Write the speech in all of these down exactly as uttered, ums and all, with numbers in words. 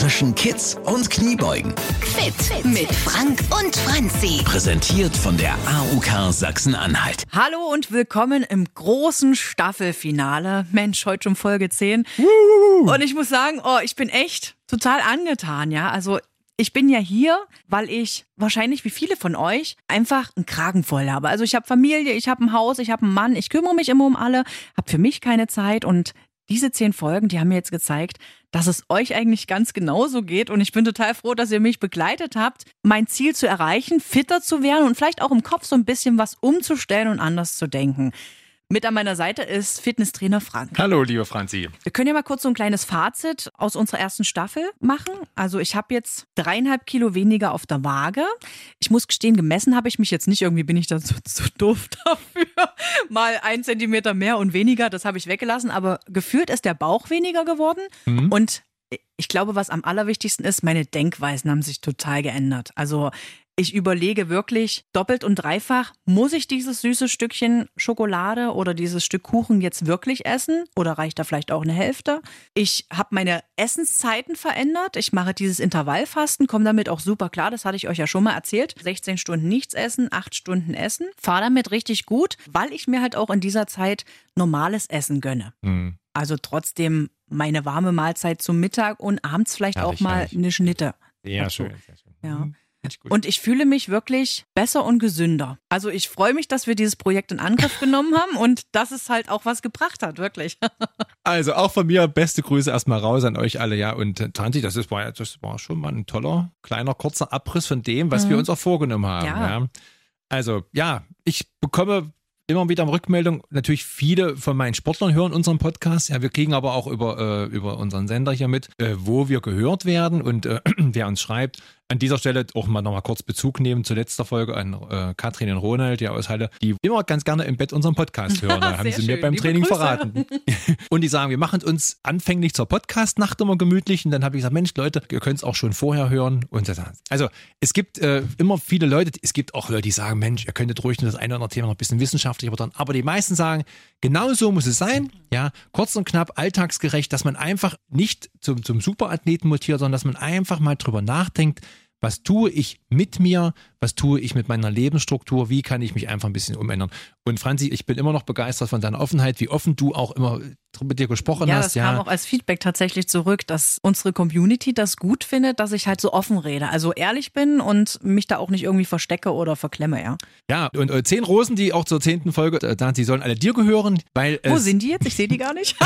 zwischen Kids und Kniebeugen. Fit mit Frank und Franzi. Präsentiert von der A U K Sachsen-Anhalt. Hallo und willkommen im großen Staffelfinale. Mensch, heute schon Folge zehn. Und ich muss sagen, oh, ich bin echt total angetan, ja. Also ich bin ja hier, weil ich wahrscheinlich wie viele von euch einfach einen Kragen voll habe. Also ich habe Familie, ich habe ein Haus, ich habe einen Mann, ich kümmere mich immer um alle, habe für mich keine Zeit und diese zehn Folgen, die haben mir jetzt gezeigt, dass es euch eigentlich ganz genauso geht und ich bin total froh, dass ihr mich begleitet habt, mein Ziel zu erreichen, fitter zu werden und vielleicht auch im Kopf so ein bisschen was umzustellen und anders zu denken. Mit an meiner Seite ist Fitnesstrainer Frank. Hallo, liebe Franzi. Wir können ja mal kurz so ein kleines Fazit aus unserer ersten Staffel machen. Also ich habe jetzt dreieinhalb Kilo weniger auf der Waage. Ich muss gestehen, gemessen habe ich mich jetzt nicht. Irgendwie bin ich da zu, zu doof dafür. Mal ein Zentimeter mehr und weniger, das habe ich weggelassen. Aber gefühlt ist der Bauch weniger geworden. Mhm. Und ich glaube, was am allerwichtigsten ist, meine Denkweisen haben sich total geändert. Also ich überlege wirklich doppelt und dreifach, muss ich dieses süße Stückchen Schokolade oder dieses Stück Kuchen jetzt wirklich essen? Oder reicht da vielleicht auch eine Hälfte? Ich habe meine Essenszeiten verändert. Ich mache dieses Intervallfasten, komme damit auch super klar. Das hatte ich euch ja schon mal erzählt. sechzehn Stunden nichts essen, acht Stunden essen. Fahre damit richtig gut, weil ich mir halt auch in dieser Zeit normales Essen gönne. Mhm. Also trotzdem meine warme Mahlzeit zum Mittag und abends vielleicht herrlich, auch mal herrlich. Eine Schnitte. Ja, schön. Sehr schön. Ja. Mhm. Und ich fühle mich wirklich besser und gesünder. Also ich freue mich, dass wir dieses Projekt in Angriff genommen haben und dass es halt auch was gebracht hat, wirklich. Also auch von mir beste Grüße erstmal raus an euch alle, ja. Und Tanti, das, ist, war, das war schon mal ein toller, kleiner, kurzer Abriss von dem, was mhm. wir uns auch vorgenommen haben. Ja. Ja. Also ja, ich bekomme immer wieder Rückmeldung. Natürlich viele von meinen Sportlern hören unseren Podcast. Ja, wir kriegen aber auch über, äh, über unseren Sender hier mit, äh, wo wir gehört werden und äh, wer uns schreibt. An dieser Stelle auch mal noch mal kurz Bezug nehmen zur letzten Folge an äh, Katrin und Ronald, ja aus Halle, die immer ganz gerne im Bett unseren Podcast hören. Da haben sie schön. mir beim Liebe Training Grüße. verraten. Und die sagen, wir machen uns anfänglich zur Podcast-Nacht immer gemütlich. Und dann habe ich gesagt, Mensch Leute, ihr könnt es auch schon vorher hören. Und das, also es gibt äh, immer viele Leute, es gibt auch Leute, die sagen, Mensch, ihr könntet ruhig das eine oder andere Thema noch ein bisschen wissenschaftlicher betrachten. Aber die meisten sagen, genau so muss es sein. Ja, kurz und knapp, alltagsgerecht, dass man einfach nicht zum, zum Superathleten mutiert, sondern dass man einfach mal drüber nachdenkt, was tue ich mit mir, was tue ich mit meiner Lebensstruktur, wie kann ich mich einfach ein bisschen umändern. Und Franzi, ich bin immer noch begeistert von deiner Offenheit, wie offen du auch immer mit dir gesprochen ja, hast. Das ja, das kam auch als Feedback tatsächlich zurück, dass unsere Community das gut findet, dass ich halt so offen rede, also ehrlich bin und mich da auch nicht irgendwie verstecke oder verklemme, ja. Ja, und äh, zehn Rosen, die auch zur zehnten Folge, äh, die sollen alle dir gehören, weil Wo sind die jetzt? Ich sehe die gar nicht.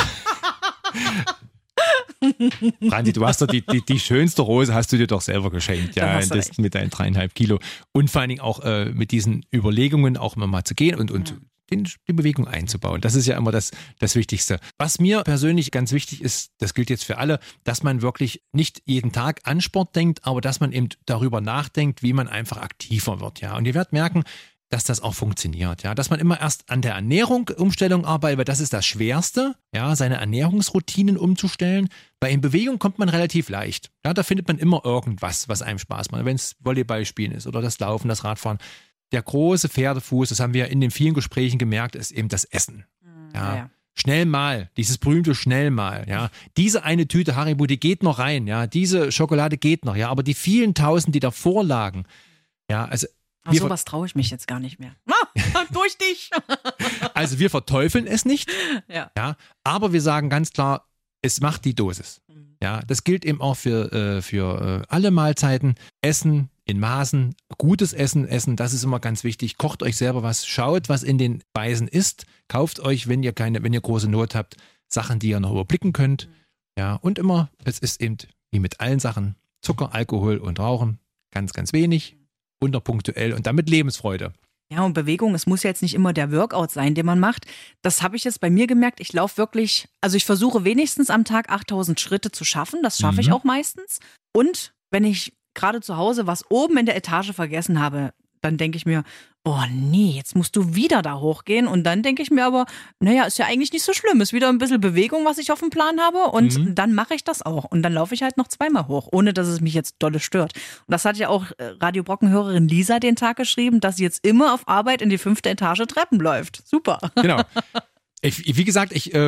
Franzi, du hast doch die, die, die schönste Rose hast du dir doch selber geschenkt, ja, das mit deinen dreieinhalb Kilo. Und vor allen Dingen auch äh, mit diesen Überlegungen auch immer mal zu gehen und, und ja. den, die Bewegung einzubauen. Das ist ja immer das, das Wichtigste. Was mir persönlich ganz wichtig ist, das gilt jetzt für alle, dass man wirklich nicht jeden Tag an Sport denkt, aber dass man eben darüber nachdenkt, wie man einfach aktiver wird, ja. Und ihr werdet merken, dass das auch funktioniert, ja, dass man immer erst an der Ernährung Umstellung arbeitet, weil das ist das Schwerste, ja, seine Ernährungsroutinen umzustellen, weil in Bewegung kommt man relativ leicht, ja, da findet man immer irgendwas, was einem Spaß macht, wenn es Volleyballspielen ist oder das Laufen, das Radfahren. Der große Pferdefuß, das haben wir in den vielen Gesprächen gemerkt, ist eben das Essen, ja. ja. Schnell mal, dieses berühmte schnell mal, ja. Diese eine Tüte Haribo, die geht noch rein, ja, diese Schokolade geht noch, ja, aber die vielen Tausend, die davor lagen, ja, also Ach, sowas traue ich mich jetzt gar nicht mehr. Ah, durch dich! Also wir verteufeln es nicht, ja. Ja, aber wir sagen ganz klar, es macht die Dosis. Ja, das gilt eben auch für, äh, für äh, alle Mahlzeiten. Essen in Maßen, gutes Essen essen, das ist immer ganz wichtig. Kocht euch selber was, schaut, was in den Speisen ist. Kauft euch, wenn ihr keine, wenn ihr große Not habt, Sachen, die ihr noch überblicken könnt. Ja, und immer, es ist eben wie mit allen Sachen, Zucker, Alkohol und Rauchen, ganz, ganz wenig. Unterpunktuell und damit Lebensfreude. Ja, und Bewegung, es muss ja jetzt nicht immer der Workout sein, den man macht. Das habe ich jetzt bei mir gemerkt. Ich laufe wirklich, also ich versuche wenigstens am Tag achttausend Schritte zu schaffen. Das schaffe mhm. ich auch meistens. Und wenn ich gerade zu Hause was oben in der Etage vergessen habe, dann denke ich mir, oh nee, jetzt musst du wieder da hochgehen. Und dann denke ich mir aber, naja, ist ja eigentlich nicht so schlimm. Ist wieder ein bisschen Bewegung, was ich auf dem Plan habe. Und mhm. dann mache ich das auch. Und dann laufe ich halt noch zweimal hoch, ohne dass es mich jetzt dolle stört. Und das hat ja auch Radio Brocken-Hörerin Lisa den Tag geschrieben, dass sie jetzt immer auf Arbeit in die fünfte Etage Treppen läuft. Super. Genau. Ich, wie gesagt, ich äh,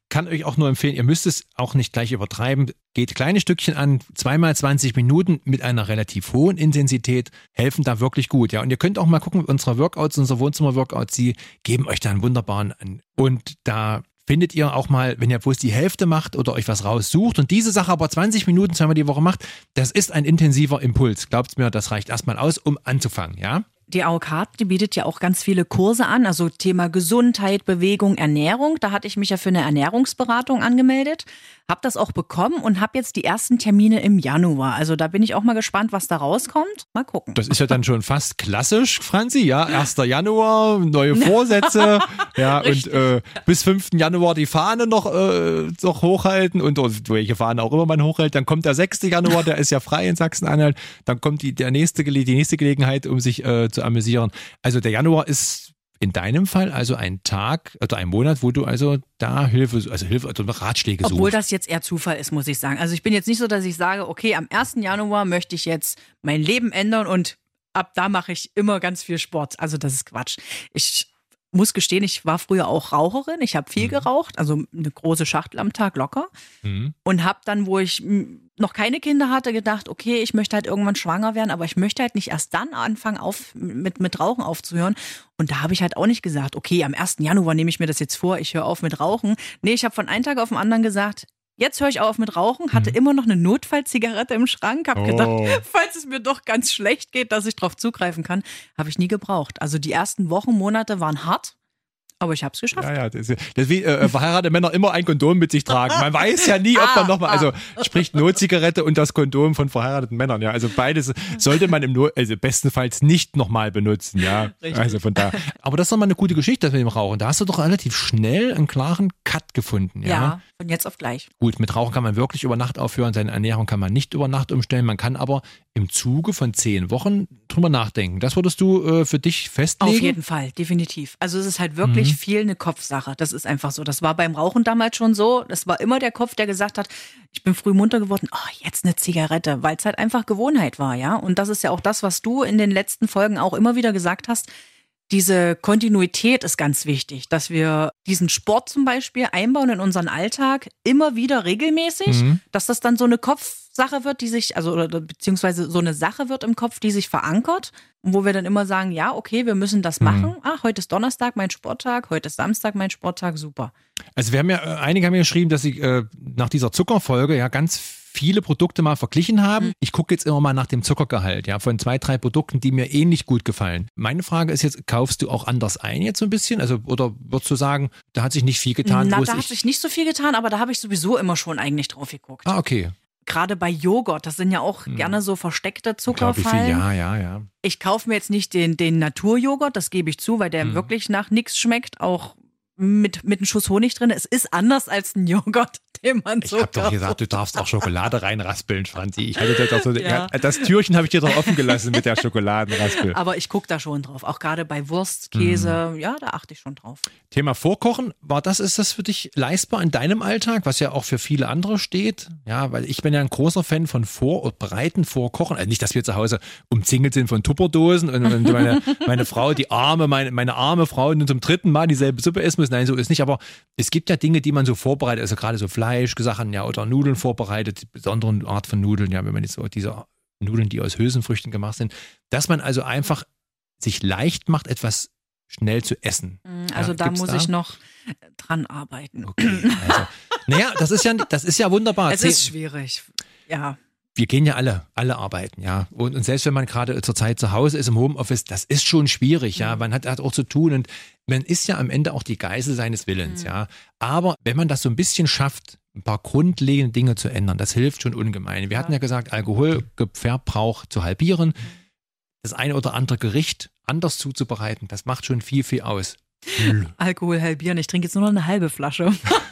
kann euch auch nur empfehlen, ihr müsst es auch nicht gleich übertreiben. Geht kleine Stückchen an, zweimal zwanzig Minuten mit einer relativ hohen Intensität, helfen da wirklich gut. Ja, und ihr könnt auch mal gucken, unsere Workouts, unsere Wohnzimmer-Workouts, die geben euch da einen wunderbaren an. Und da findet ihr auch mal, wenn ihr bloß die Hälfte macht oder euch was raussucht und diese Sache aber zwanzig Minuten zweimal die Woche macht, das ist ein intensiver Impuls. Glaubt mir, das reicht erstmal aus, um anzufangen, ja? Die A O K, die bietet ja auch ganz viele Kurse an, also Thema Gesundheit, Bewegung, Ernährung. Da hatte ich mich ja für eine Ernährungsberatung angemeldet, habe das auch bekommen und habe jetzt die ersten Termine im Januar. Also da bin ich auch mal gespannt, was da rauskommt. Mal gucken. Das ist ja dann schon fast klassisch, Franzi, ja, erster Januar, neue Vorsätze, ja, und äh, bis fünften Januar die Fahne noch, äh, noch hochhalten und oder welche Fahne auch immer man hochhält. Dann kommt der sechste Januar, der ist ja frei in Sachsen-Anhalt. Dann kommt die, der nächste, die nächste Gelegenheit, um sich äh, zu amüsieren. Also der Januar ist in deinem Fall also ein Tag oder ein Monat, wo du also da Hilfe, also Hilfe, also Ratschläge suchst. Obwohl das jetzt eher Zufall ist, muss ich sagen. Also ich bin jetzt nicht so, dass ich sage, okay, am ersten Januar möchte ich jetzt mein Leben ändern und ab da mache ich immer ganz viel Sport. Also das ist Quatsch. Ich muss gestehen, ich war früher auch Raucherin. Ich habe viel mhm. geraucht, also eine große Schachtel am Tag locker. Mhm. Und habe dann, wo ich noch keine Kinder hatte, gedacht, okay, ich möchte halt irgendwann schwanger werden, aber ich möchte halt nicht erst dann anfangen, auf, mit, mit Rauchen aufzuhören. Und da habe ich halt auch nicht gesagt, okay, am ersten Januar nehme ich mir das jetzt vor, ich höre auf mit Rauchen. Nee, ich habe von einem Tag auf den anderen gesagt, jetzt höre ich auf mit Rauchen, hatte mhm. immer noch eine Notfallzigarette im Schrank, habe oh. gedacht, falls es mir doch ganz schlecht geht, dass ich drauf zugreifen kann, habe ich nie gebraucht. Also die ersten Wochen, Monate waren hart, aber ich habe es geschafft. Ja, ja, das ist, das ist wie äh, verheiratete Männer immer ein Kondom mit sich tragen. Man weiß ja nie, ob man nochmal, also sprich Notzigarette und das Kondom von verheirateten Männern. Ja, also beides sollte man im Not, also bestenfalls nicht nochmal benutzen. Ja, richtig. Also von da. Aber das ist nochmal eine gute Geschichte mit dem Rauchen. Da hast du doch relativ schnell einen klaren Cut gefunden. Ja, ja, von jetzt auf gleich. Gut, mit Rauchen kann man wirklich über Nacht aufhören. Seine Ernährung kann man nicht über Nacht umstellen. Man kann aber im Zuge von zehn Wochen drüber nachdenken. Das würdest du äh, für dich festlegen? Auf jeden Fall, definitiv. Also es ist halt wirklich mhm. viel eine Kopfsache. Das ist einfach so. Das war beim Rauchen damals schon so. Das war immer der Kopf, der gesagt hat, ich bin früh munter geworden, oh, jetzt eine Zigarette, weil es halt einfach Gewohnheit war, ja. Und das ist ja auch das, was du in den letzten Folgen auch immer wieder gesagt hast. Diese Kontinuität ist ganz wichtig, dass wir diesen Sport zum Beispiel einbauen in unseren Alltag, immer wieder regelmäßig, mhm. dass das dann so eine Kopfsache wird, die sich, also oder beziehungsweise so eine Sache wird im Kopf, die sich verankert, wo wir dann immer sagen, ja, okay, wir müssen das machen. Mhm. Ach, heute ist Donnerstag, mein Sporttag, heute ist Samstag, mein Sporttag, super. Also wir haben ja, einige haben ja geschrieben, dass sie äh, nach dieser Zuckerfolge ja ganz viele Produkte mal verglichen haben. Mhm. Ich gucke jetzt immer mal nach dem Zuckergehalt, ja, von zwei, drei Produkten, die mir ähnlich gut gefallen. Meine Frage ist jetzt, kaufst du auch anders ein jetzt so ein bisschen? Also, oder würdest du sagen, da hat sich nicht viel getan? Na, da hat sich nicht so viel getan, aber da habe ich sowieso immer schon eigentlich drauf geguckt. Ah, okay. Gerade bei Joghurt, das sind ja auch hm. gerne so versteckte Zuckerfallen. Ja, ja, ja. Ich kaufe mir jetzt nicht den, den Naturjoghurt, das gebe ich zu, weil der hm. wirklich nach nichts schmeckt, auch mit, mit einem Schuss Honig drin. Es ist anders als ein Joghurt, den man so Ich habe doch gesagt, du darfst auch Schokolade reinraspeln, Franzi. Ich hatte das, so, ja. das Türchen habe ich dir doch offen gelassen mit der Schokoladenraspel. Aber ich gucke da schon drauf, auch gerade bei Wurst, Käse, mhm. ja, da achte ich schon drauf. Thema Vorkochen, war das, ist das für dich leistbar in deinem Alltag, was ja auch für viele andere steht? Ja, weil ich bin ja ein großer Fan von Vor- und breiten Vorkochen. Also nicht, dass wir zu Hause umzingelt sind von Tupperdosen und, und meine, meine Frau, die arme, meine, meine arme Frau nun zum dritten Mal dieselbe Suppe essen muss. Nein, so ist nicht, aber es gibt ja Dinge, die man so vorbereitet, also gerade so Fleischsachen, ja, oder Nudeln vorbereitet, besondere Art von Nudeln, ja, wenn man jetzt so diese Nudeln, die aus Hülsenfrüchten gemacht sind, dass man also einfach sich leicht macht, etwas schnell zu essen. Also ja, da muss da? ich noch dran arbeiten. Okay, also, naja, das ist ja, das ist ja wunderbar. Es ist schwierig, ja. Wir gehen ja alle, alle arbeiten, ja. Und, und selbst wenn man gerade zur Zeit zu Hause ist im Homeoffice, das ist schon schwierig, ja. Man hat, hat auch zu tun und man ist ja am Ende auch die Geisel seines Willens, mhm. ja. Aber wenn man das so ein bisschen schafft, ein paar grundlegende Dinge zu ändern, das hilft schon ungemein. Wir ja. hatten ja gesagt, Alkoholverbrauch zu halbieren, das eine oder andere Gericht anders zuzubereiten, das macht schon viel, viel aus. Alkohol halbieren, ich trinke jetzt nur noch eine halbe Flasche.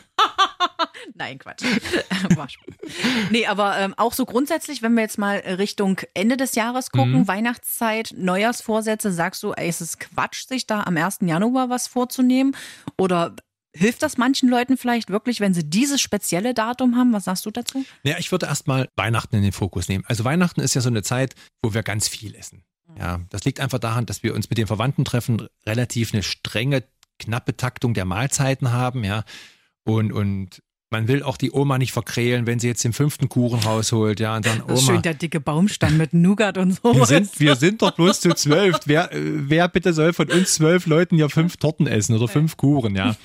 Nein, Quatsch. Nee, aber ähm, auch so grundsätzlich, wenn wir jetzt mal Richtung Ende des Jahres gucken, mhm. Weihnachtszeit, Neujahrsvorsätze, sagst du, ey, es ist Quatsch, sich da am ersten Januar was vorzunehmen? Oder hilft das manchen Leuten vielleicht wirklich, wenn sie dieses spezielle Datum haben? Was sagst du dazu? Ja, ich würde erstmal Weihnachten in den Fokus nehmen. Also Weihnachten ist ja so eine Zeit, wo wir ganz viel essen. Ja, das liegt einfach daran, dass wir uns mit den Verwandten treffen, relativ eine strenge, knappe Taktung der Mahlzeiten haben, ja. Und, und man will auch die Oma nicht verkrälen, wenn sie jetzt den fünften Kuchen rausholt. Ja, und dann Oma. Schön der dicke Baumstamm mit Nougat und so. Wir sind, wir sind doch bloß zu zwölf. Wer, wer bitte soll von uns zwölf Leuten ja fünf Torten essen oder fünf Kuchen, ja?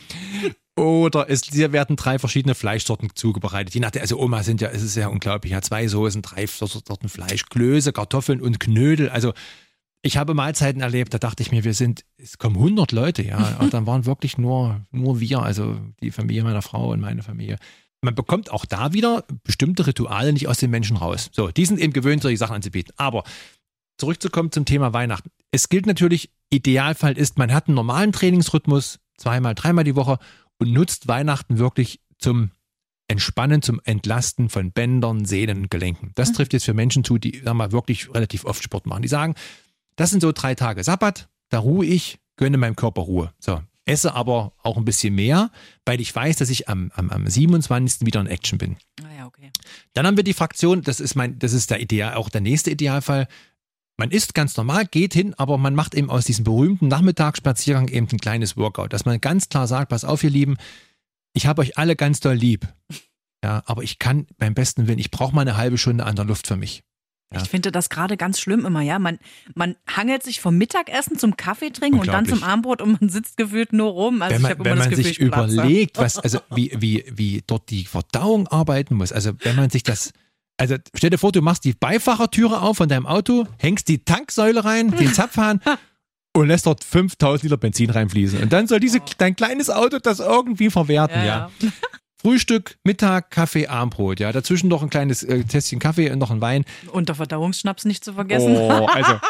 Oder es hier werden drei verschiedene Fleischsorten zubereitet. Je nach der, also Oma sind ja, es ist ja unglaublich, ja, zwei Soßen, drei Sorten Fleisch, Klöße, Kartoffeln und Knödel. Also ich habe Mahlzeiten erlebt, da dachte ich mir, wir sind, es kommen hundert Leute, ja. Und dann waren wirklich nur, nur wir, also die Familie meiner Frau und meine Familie. Man bekommt auch da wieder bestimmte Rituale nicht aus den Menschen raus. So, die sind eben gewöhnt, solche Sachen anzubieten. Aber zurückzukommen zum Thema Weihnachten. Es gilt natürlich, Idealfall ist, man hat einen normalen Trainingsrhythmus, zweimal, dreimal die Woche und nutzt Weihnachten wirklich zum Entspannen, zum Entlasten von Bändern, Sehnen und Gelenken. Das trifft jetzt für Menschen zu, die, sagen wir mal, wirklich relativ oft Sport machen. Die sagen, das sind so drei Tage Sabbat, da ruhe ich, gönne meinem Körper Ruhe. So, esse aber auch ein bisschen mehr, weil ich weiß, dass ich am, am, am siebenundzwanzigsten wieder in Action bin. Ah ja, okay. Dann haben wir die Fraktion, das ist mein, das ist der Ideal, auch der nächste Idealfall. Man isst ganz normal, geht hin, aber man macht eben aus diesem berühmten Nachmittagsspaziergang eben ein kleines Workout, dass man ganz klar sagt, pass auf, ihr Lieben, ich habe euch alle ganz doll lieb. Ja, aber ich kann beim besten Willen, ich brauche mal eine halbe Stunde an der Luft für mich. Ja. Ich finde das gerade ganz schlimm immer, ja. Man, man hangelt sich vom Mittagessen zum Kaffee trinken und dann zum Abendbrot und man sitzt gefühlt nur rum. Also wenn man, ich wenn immer man das Gefühl, sich überlegt, was, also wie, wie, wie dort die Verdauung arbeiten muss, also wenn man sich das, also stell dir vor, du machst die Beifahrertüre auf von deinem Auto, hängst die Tanksäule rein, den Zapfhahn und lässt dort fünftausend Liter Benzin reinfließen. Und dann soll diese, dein kleines Auto das irgendwie verwerten, ja. ja. ja. Frühstück, Mittag, Kaffee, Abendbrot, ja. Dazwischen noch ein kleines äh, Tässchen Kaffee und noch ein Wein. Und der Verdauungsschnaps nicht zu vergessen. Oh, also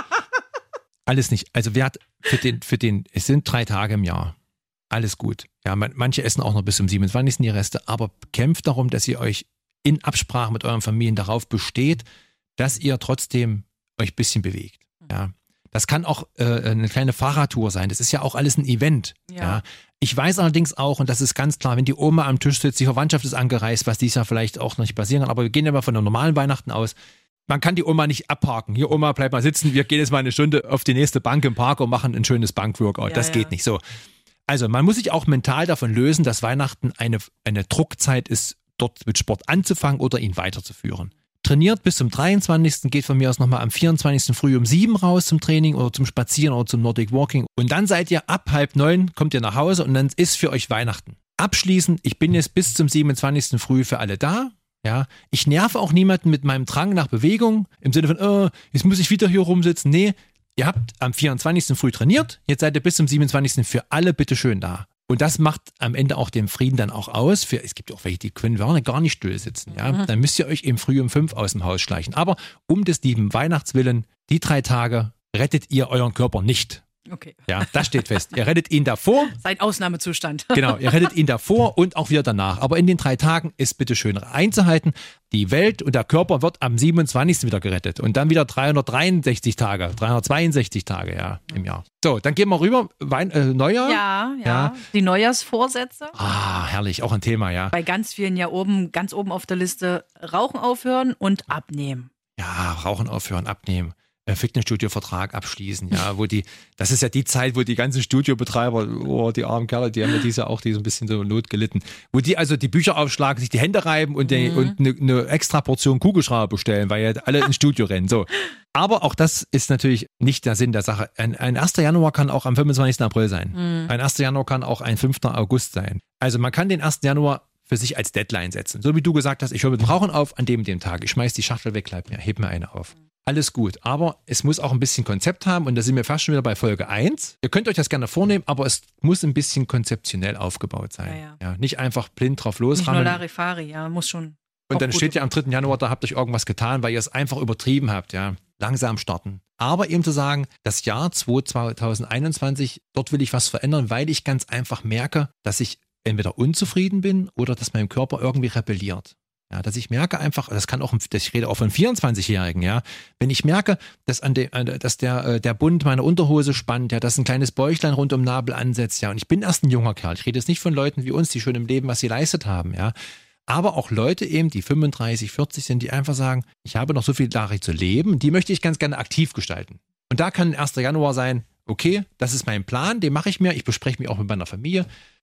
alles nicht. Also wer hat für den, für den, es sind drei Tage im Jahr. Alles gut. Ja, man, manche essen auch noch bis zum siebenundzwanzigsten die Reste, aber kämpft darum, dass ihr euch in Absprache mit euren Familien darauf besteht, dass ihr trotzdem euch ein bisschen bewegt. Ja. Das kann auch äh, eine kleine Fahrradtour sein. Das ist ja auch alles ein Event. Ja. ja. Ich weiß allerdings auch, und das ist ganz klar, wenn die Oma am Tisch sitzt, die Verwandtschaft ist angereist, was dies Jahr vielleicht auch noch nicht passieren kann, aber wir gehen ja mal von einem normalen Weihnachten aus. Man kann die Oma nicht abparken. Hier, Oma, bleib mal sitzen. Wir gehen jetzt mal eine Stunde auf die nächste Bank im Park und machen ein schönes Bankworkout. Ja, das ja. geht nicht so. Also man muss sich auch mental davon lösen, dass Weihnachten eine, eine Druckzeit ist, dort mit Sport anzufangen oder ihn weiterzuführen. Trainiert bis zum dreiundzwanzigsten geht von mir aus nochmal am vierundzwanzigsten früh um sieben raus zum Training oder zum Spazieren oder zum Nordic Walking. Und dann seid ihr ab halb neun, kommt ihr nach Hause und dann ist für euch Weihnachten. Abschließend, ich bin jetzt bis zum siebenundzwanzigsten früh für alle da. Ja, ich nerve auch niemanden mit meinem Drang nach Bewegung im Sinne von, oh, jetzt muss ich wieder hier rumsitzen. Nee, ihr habt am vierundzwanzigsten früh trainiert, jetzt seid ihr bis zum siebenundzwanzigsten für alle bitteschön da. Und das macht am Ende auch den Frieden dann auch aus. Für, es gibt auch welche, die können gar nicht still sitzen. Ja? Mhm. Dann müsst ihr euch eben früh um fünf aus dem Haus schleichen. Aber um des lieben Weihnachtswillen, die drei Tage rettet ihr euren Körper nicht. Okay. Ja, das steht fest. Ihr rettet ihn davor. Sein Ausnahmezustand. Genau, ihr rettet ihn davor und auch wieder danach. Aber in den drei Tagen ist bitte schön einzuhalten, die Welt und der Körper wird am siebenundzwanzigsten wieder gerettet. Und dann wieder dreihundertdreiundsechzig Tage, dreihundertzweiundsechzig Tage ja, im Jahr. So, dann gehen wir rüber. Wein, äh, Neujahr. Ja, ja, ja. Die Neujahrsvorsätze. Ah, herrlich, auch ein Thema, ja. Bei ganz vielen ja oben, ganz oben auf der Liste Rauchen aufhören und abnehmen. Ja, Rauchen aufhören, abnehmen. Fitnessstudio-Vertrag abschließen, ja, wo die, das ist ja die Zeit, wo die ganzen Studiobetreiber, oh, die armen Kerle, die haben ja diese auch, die so ein bisschen so Not gelitten, wo die also die Bücher aufschlagen, sich die Hände reiben und, die, mhm. und eine, eine extra Portion Kugelschreiber bestellen, weil ja alle ins Studio rennen, so. Aber auch das ist natürlich nicht der Sinn der Sache. Ein, ein erster Januar kann auch am fünfundzwanzigsten April sein. Mhm. Ein erster Januar kann auch ein fünfter August sein. Also man kann den ersten Januar für sich als Deadline setzen. So wie du gesagt hast, ich höre mit dem Rauchen auf an dem und dem Tag. Ich schmeiß die Schachtel weg, bleib mir, heb mir eine auf. Alles gut, aber es muss auch ein bisschen Konzept haben und da sind wir fast schon wieder bei Folge eins. Ihr könnt euch das gerne vornehmen, aber es muss ein bisschen konzeptionell aufgebaut sein. Ja, ja. Ja, nicht einfach blind drauf losrammeln. Nicht nur Larifari, ja, muss schon. Und dann steht ja am dritten Januar, da habt ihr euch irgendwas getan, weil ihr es einfach übertrieben habt, ja. Langsam starten. Aber eben zu sagen, das Jahr zweitausendeinundzwanzig, dort will ich was verändern, weil ich ganz einfach merke, dass ich entweder unzufrieden bin oder dass mein Körper irgendwie rebelliert. Ja, dass ich merke einfach, das kann auch, ich rede auch von vierundzwanzigjährigen, ja, wenn ich merke, dass an de, dass der, der Bund meiner Unterhose spannt, ja, dass ein kleines Bäuchlein rund um den Nabel ansetzt, ja, und ich bin erst ein junger Kerl, ich rede jetzt nicht von Leuten wie uns, die schon im Leben was sie leistet haben, ja, aber auch Leute eben, die fünfunddreißig, vierzig sind, die einfach sagen, ich habe noch so viel Jahre zu leben, die möchte ich ganz gerne aktiv gestalten. Und da kann erster Januar sein, okay, das ist mein Plan, den mache ich mir, ich bespreche mich auch mit meiner Familie.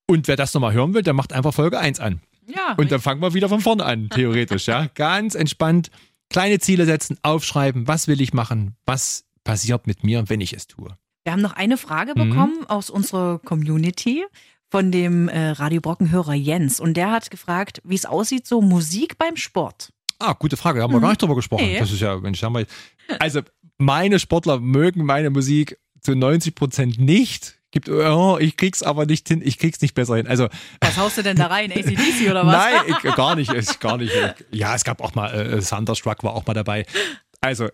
Und wer das nochmal hören will, der macht einfach Folge eins an. Ja. Und dann fangen wir wieder von vorne an, theoretisch. Ja, ganz entspannt. Kleine Ziele setzen, aufschreiben, was will ich machen, was passiert mit mir, wenn ich es tue. Wir haben noch eine Frage bekommen mhm. aus unserer Community von dem äh, Radio Brocken-Hörer Jens. Und der hat gefragt, wie es aussieht, so Musik beim Sport. Ah, gute Frage, da haben wir mhm. gar nicht drüber gesprochen. Nee. Das ist ja, wenn ich sag mal, also meine Sportler mögen meine Musik zu neunzig Prozent nicht. Gibt, oh, ich krieg's aber nicht hin, ich krieg's nicht besser hin. Also, was haust du denn da rein? A C D C oder was? Nein, ich, gar nicht, ich, gar nicht. Ja, es gab auch mal, äh, Thunderstruck war auch mal dabei. Also,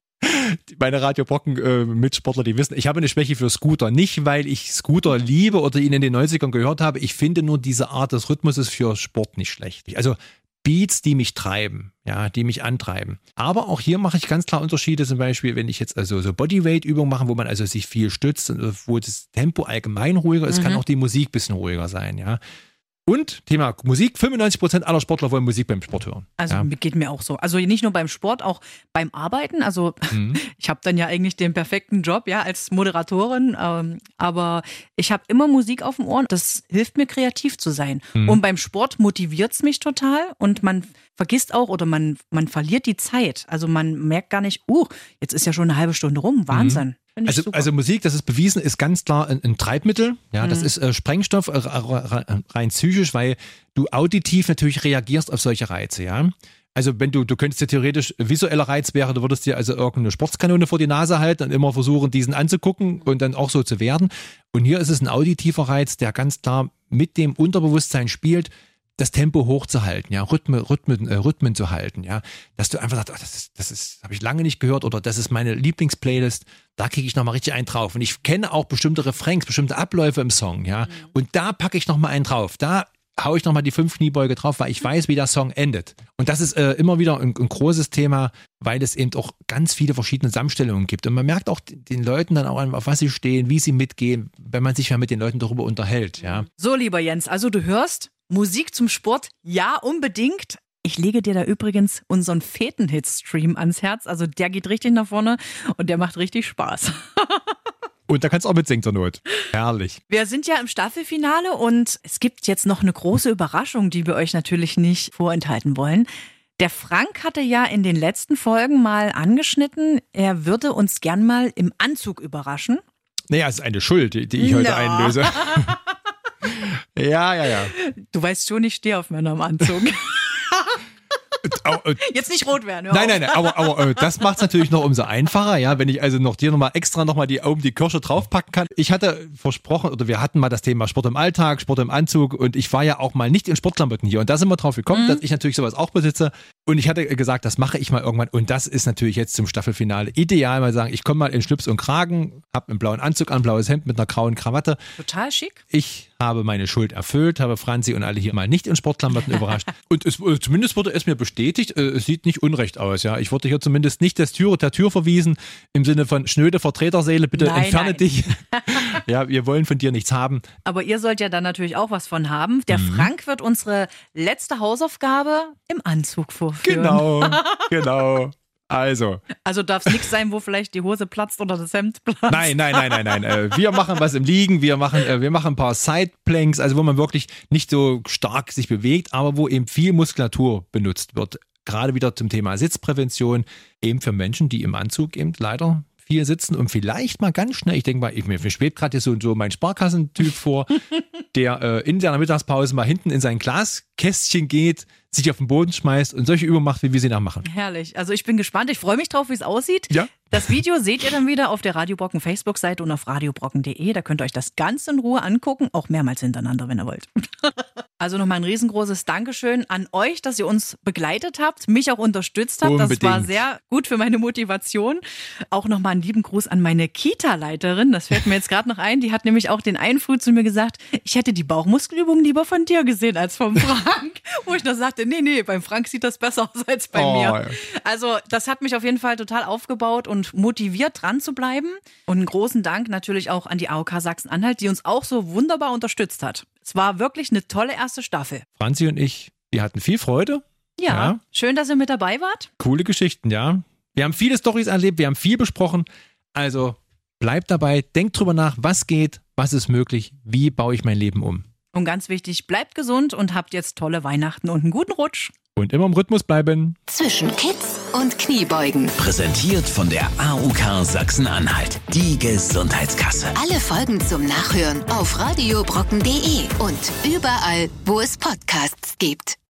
meine Radio Brocken äh, Mitsportler, die wissen, ich habe eine Schwäche für Scooter. Nicht, weil ich Scooter liebe oder ihn in den neunzigern gehört habe. Ich finde nur diese Art des Rhythmuses für Sport nicht schlecht. Also, Beats, die mich treiben, ja, die mich antreiben. Aber auch hier mache ich ganz klar Unterschiede, zum Beispiel, wenn ich jetzt also so Bodyweight-Übungen mache, wo man also sich viel stützt, wo das Tempo allgemein ruhiger ist, mhm. kann auch die Musik ein bisschen ruhiger sein, ja. Und Thema Musik, fünfundneunzig Prozent aller Sportler wollen Musik beim Sport hören. Also ja. geht mir auch so. Also nicht nur beim Sport, auch beim Arbeiten. Also mhm. ich habe dann ja eigentlich den perfekten Job, ja, als Moderatorin. Ähm, aber ich habe immer Musik auf dem Ohr. Das hilft mir, kreativ zu sein. Mhm. Und beim Sport motiviert es mich total. Und man vergisst auch oder man, man verliert die Zeit. Also man merkt gar nicht, uh, jetzt ist ja schon eine halbe Stunde rum. Wahnsinn. Mhm. Also, also Musik, das ist bewiesen, ist ganz klar ein, ein Treibmittel. Ja, das mhm. ist äh, Sprengstoff äh, rein psychisch, weil du auditiv natürlich reagierst auf solche Reize. Ja, also wenn du, du könntest dir theoretisch visueller Reiz wäre, du würdest dir also irgendeine Sportskanone vor die Nase halten und immer versuchen, diesen anzugucken und dann auch so zu werden. Und hier ist es ein auditiver Reiz, der ganz klar mit dem Unterbewusstsein spielt, das Tempo hochzuhalten, ja, Rhythmen, Rhythmen, äh, Rhythmen zu halten, ja, dass du einfach sagst, oh, das ist, das ist, habe ich lange nicht gehört oder das ist meine Lieblingsplaylist, da kriege ich nochmal richtig einen drauf und ich kenne auch bestimmte Refrains, bestimmte Abläufe im Song, ja, mhm. und da packe ich nochmal einen drauf, da haue ich nochmal die fünf Kniebeuge drauf, weil ich weiß, wie der Song endet. Und das ist äh, immer wieder ein, ein großes Thema, weil es eben auch ganz viele verschiedene Zusammenstellungen gibt und man merkt auch den Leuten dann auch an, auf was sie stehen, wie sie mitgehen, wenn man sich ja mit den Leuten darüber unterhält, ja. So, lieber Jens, also du hörst, Musik zum Sport, ja, unbedingt. Ich lege dir da übrigens unseren Feten-Hit-Stream ans Herz. Also der geht richtig nach vorne und der macht richtig Spaß. Und da kannst du auch mitsingen zur Not. Herrlich. Wir sind ja im Staffelfinale und es gibt jetzt noch eine große Überraschung, die wir euch natürlich nicht vorenthalten wollen. Der Frank hatte ja in den letzten Folgen mal angeschnitten, er würde uns gern mal im Anzug überraschen. Naja, es ist eine Schuld, die ich heute no. einlöse. Ja, ja, ja. Du weißt schon, ich stehe auf Männer im Anzug. Jetzt nicht rot werden. Nein, nein, nein, aber, aber das macht es natürlich noch umso einfacher, ja, wenn ich also noch dir nochmal extra nochmal die oben die Kirsche draufpacken kann. Ich hatte versprochen, oder wir hatten mal das Thema Sport im Alltag, Sport im Anzug und ich war ja auch mal nicht in Sportklamotten hier und da sind wir drauf gekommen, mhm. dass ich natürlich sowas auch besitze und ich hatte gesagt, das mache ich mal irgendwann und das ist natürlich jetzt zum Staffelfinale ideal, mal sagen, ich komme mal in Schlips und Kragen, habe einen blauen Anzug an, blaues Hemd mit einer grauen Krawatte. Total schick. Ich habe meine Schuld erfüllt, habe Franzi und alle hier mal nicht in Sportklamotten überrascht und es, zumindest wurde es mir bestätigt, es sieht nicht unrecht aus, ja. Ich wurde hier zumindest nicht des Tür, der Tür verwiesen, im Sinne von schnöde Vertreterseele, bitte nein, entferne nein. dich. Ja, wir wollen von dir nichts haben. Aber ihr sollt ja dann natürlich auch was von haben. Der mhm. Frank wird unsere letzte Hausaufgabe im Anzug vorführen. Genau, genau. Also. Also darf es nichts sein, wo vielleicht die Hose platzt oder das Hemd platzt? Nein, nein, nein, nein, nein. Wir machen was im Liegen, wir machen, wir machen ein paar Sideplanks, also wo man wirklich nicht so stark sich bewegt, aber wo eben viel Muskulatur benutzt wird. Gerade wieder zum Thema Sitzprävention, eben für Menschen, die im Anzug eben leider viel sitzen und vielleicht mal ganz schnell, ich denke mal, ich, mir schwebt gerade so, so mein Sparkassentyp vor, der äh, in seiner Mittagspause mal hinten in sein Glaskästchen geht, sich auf den Boden schmeißt und solche Übungen macht, wie wir sie nachmachen. Herrlich. Also ich bin gespannt. Ich freue mich drauf, wie es aussieht. Ja. Das Video seht ihr dann wieder auf der Radio Brocken Facebook-Seite und auf radiobrocken punkt de. Da könnt ihr euch das ganz in Ruhe angucken, auch mehrmals hintereinander, wenn ihr wollt. Also nochmal ein riesengroßes Dankeschön an euch, dass ihr uns begleitet habt, mich auch unterstützt habt. Unbedingt. Das war sehr gut für meine Motivation. Auch nochmal einen lieben Gruß an meine Kita-Leiterin. Das fällt mir jetzt gerade noch ein. Die hat nämlich auch den einen früh zu mir gesagt, ich hätte die Bauchmuskelübungen lieber von dir gesehen als vom Frank. Wo ich noch sagte, nee, nee, beim Frank sieht das besser aus als bei oh, mir. Ja. Also das hat mich auf jeden Fall total aufgebaut und motiviert, dran zu bleiben. Und einen großen Dank natürlich auch an die A O K Sachsen-Anhalt, die uns auch so wunderbar unterstützt hat. Es war wirklich eine tolle erste Staffel. Franzi und ich, wir hatten viel Freude. Ja, ja, schön, dass ihr mit dabei wart. Coole Geschichten, ja. Wir haben viele Storys erlebt, wir haben viel besprochen. Also bleibt dabei, denkt drüber nach, was geht, was ist möglich, wie baue ich mein Leben um. Und ganz wichtig, bleibt gesund und habt jetzt tolle Weihnachten und einen guten Rutsch. Und immer im Rhythmus bleiben. Zwischen Kids und Kniebeugen. Präsentiert von der A U K Sachsen-Anhalt. Die Gesundheitskasse. Alle Folgen zum Nachhören auf radiobrocken punkt de und überall, wo es Podcasts gibt.